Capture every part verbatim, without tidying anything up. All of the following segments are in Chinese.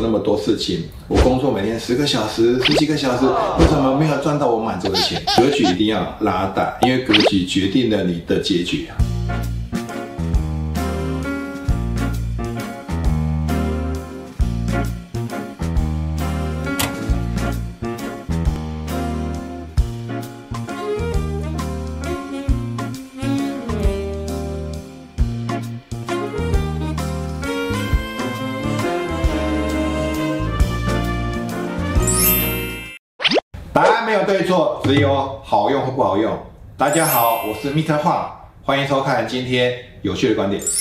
么多事情，我工作每天十个小时、十几个小时，为什么没有赚到我满足的钱？格局一定要拉大，因为格局决定了你的结局。答案没有对错，只有好用或不好用。大家好，我是 Mister Huang， 欢迎收看今天有趣的观点。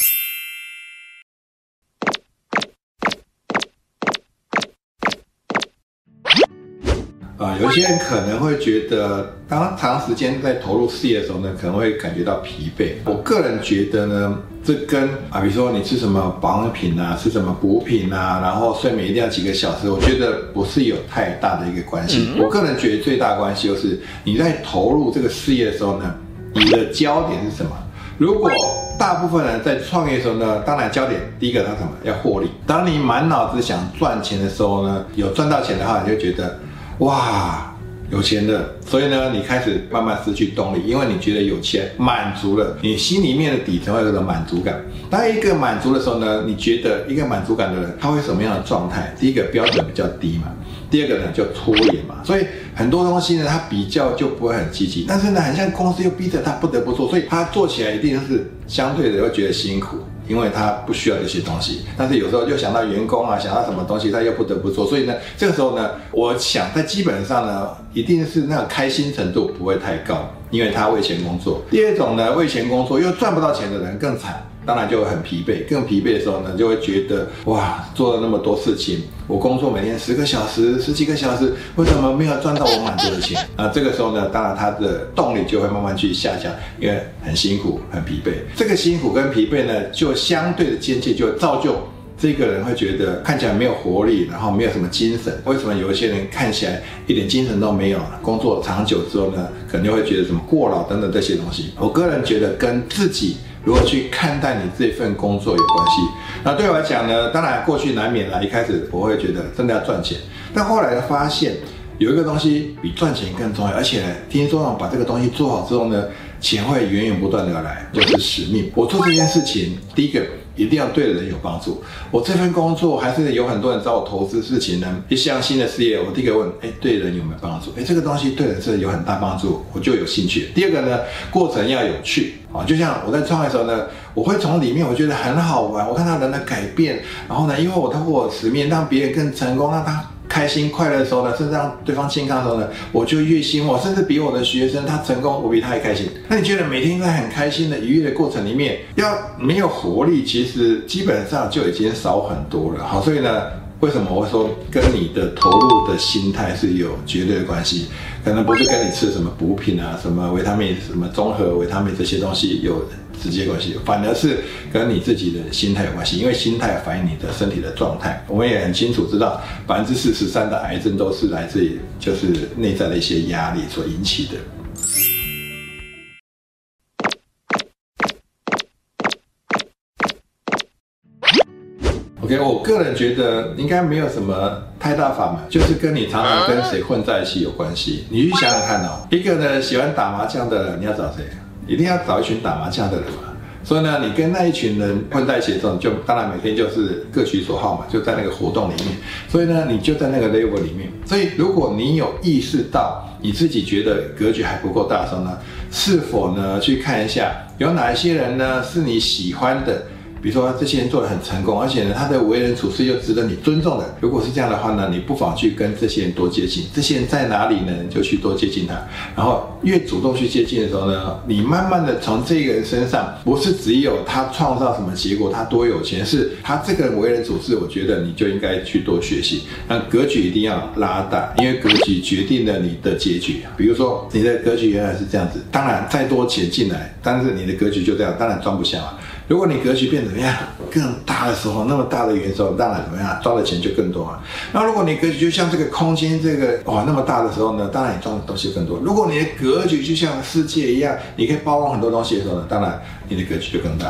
啊、呃，有些人可能会觉得，当长时间在投入事业的时候呢，可能会感觉到疲惫。我个人觉得呢，这跟啊，比如说你吃什么保养品啊，吃什么补品啊，然后睡眠一定要几个小时，我觉得不是有太大的一个关系。嗯、我个人觉得最大的关系就是你在投入这个事业的时候呢，你的焦点是什么？如果大部分人在创业的时候呢，当然焦点第一个他什么要获利。当你满脑子想赚钱的时候呢，有赚到钱的话，你就觉得哇，有钱了，所以呢，你开始慢慢失去动力，因为你觉得有钱满足了，你心里面的底层会有个满足感。当一个满足的时候呢，你觉得一个满足感的人，他会什么样的状态？第一个标准比较低嘛，第二个呢就拖延嘛，所以很多东西呢，他比较就不会很积极，但是呢，很像公司又逼着他不得不做，所以他做起来一定是相对的会觉得辛苦。因为他不需要这些东西，但是有时候又想到员工啊，想到什么东西，他又不得不做，所以呢，这个时候呢，我想在基本上呢，一定是那个开心程度不会太高，因为他为钱工作。第二种呢，为钱工作又赚不到钱的人更惨，当然就会很疲惫，更疲惫的时候呢，就会觉得哇，做了那么多事情，我工作每天十个小时、十几个小时，为什么没有赚到我满足的钱？啊，这个时候呢，当然他的动力就会慢慢去下降，因为很辛苦、很疲惫。这个辛苦跟疲惫呢，就相对的间接就造就这个人会觉得看起来没有活力，然后没有什么精神。为什么有一些人看起来一点精神都没有？工作长久之后呢，可能会觉得什么过劳等等这些东西。我个人觉得跟自己如何去看待你这份工作有关系。那对我来讲呢，当然过去难免啦，一开始我会觉得真的要赚钱，但后来发现有一个东西比赚钱更重要，而且听说把这个东西做好之后呢，钱会源源不断的来，就是使命。我做这件事情，第一个一定要对人有帮助。我这份工作还是有很多人找我投资事情呢，一项新的事业，我第一个问，哎，对人有没有帮助？哎，这个东西对人是有很大帮助，我就有兴趣。第二个呢，过程要有趣啊，就像我在创业的时候呢，我会从里面我觉得很好玩，我看到人的改变，然后呢，因为我透过我使命让别人更成功，让他开心快乐的时候呢，甚至让对方健康的时候呢，我就越兴奋，甚至比我的学生他成功，我比他还开心。那你觉得每天在很开心的愉悦的过程里面，要没有活力，其实基本上就已经少很多了。好，所以呢，为什么我会说跟你的投入的心态是有绝对的关系？可能不是跟你吃什么补品啊、什么维他命、什么综合维他命这些东西有直接关系，反而是跟你自己的心态有关系，因为心态反映你的身体的状态。我们也很清楚知道，百分之四十三的癌症都是来自于就是内在的一些压力所引起的。OK， 我个人觉得应该没有什么太大法门，就是跟你常常跟谁混在一起有关系。你去想想看哦，一个呢喜欢打麻将的人，你要找谁？一定要找一群打麻将的人嘛。所以呢，你跟那一群人混在一起的时候，你就当然每天就是各取所好嘛，就在那个活动里面。所以呢，你就在那个 level 里面。所以如果你有意识到你自己觉得格局还不够大的时候呢，是否呢去看一下有哪一些人呢是你喜欢的？比如说这些人做得很成功，而且呢他的为人处事又值得你尊重的。如果是这样的话呢，你不妨去跟这些人多接近。这些人在哪里呢？你就去多接近他。然后越主动去接近的时候呢，你慢慢的从这个人身上，不是只有他创造什么结果，他多有钱，是他这个人为人处事，我觉得你就应该去多学习。那格局一定要拉大，因为格局决定了你的结局。比如说你的格局原来是这样子，当然再多钱进来，但是你的格局就这样，当然装不下嘛。如果你格局变怎么样更大的时候，那么大的元首，当然怎么样装的钱就更多啊。那如果你格局就像这个空间这个哇那么大的时候呢，当然你装的东西更多。如果你的格局就像世界一样，你可以包容很多东西的时候呢，当然你的格局就更大。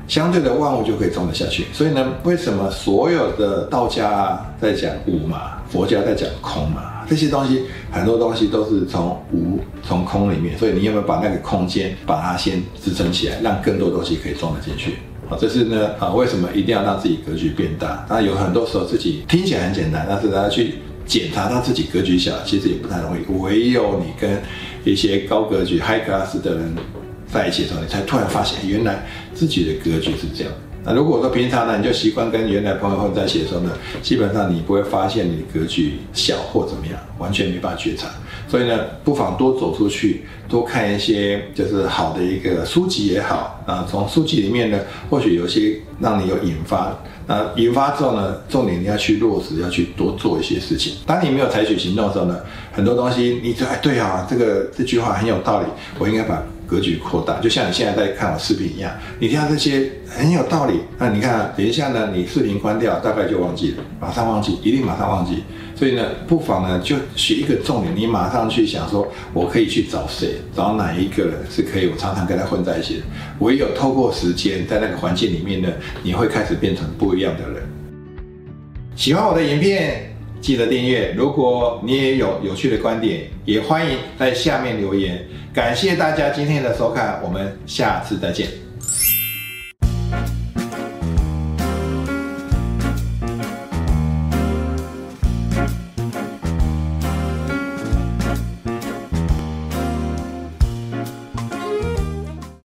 相对的万物就可以种得下去。所以呢，为什么所有的道家在讲无嘛，佛家在讲空嘛？这些东西很多东西都是从无从空里面，所以你有没有把那个空间把它先支撑起来，让更多东西可以装得进去？啊，这是呢啊，为什么一定要让自己格局变大？那有很多时候自己听起来很简单，但是大家去检查到自己格局小，其实也不太容易。唯有你跟一些高格局 high class 的人在一起的时候，你才突然发现，原来自己的格局是这样。那如果说平常呢，你就习惯跟原来朋友混在一起的时候呢，基本上你不会发现你格局小或怎么样，完全没办法觉察。所以呢，不妨多走出去，多看一些就是好的一个书籍也好啊，从书籍里面呢，或许有些让你有引发。那引发之后呢，重点你要去落实，要去多做一些事情。当你没有采取行动的时候呢，很多东西你就哎对啊，这个这句话很有道理，我应该把格局扩大。就像你现在在看我视频一样，你听到这些很有道理，那你看啊，等一下呢，你视频关掉，大概就忘记了，马上忘记，一定马上忘记。所以呢，不妨呢就学一个重点，你马上去想说，我可以去找谁，找哪一个人是可以我常常跟他混在一起的。唯有透过时间，在那个环境里面呢，你会开始变成不一样的人。喜欢我的影片，记得订阅。如果你也有有趣的观点，也欢迎在下面留言。感谢大家今天的收看，我们下次再见。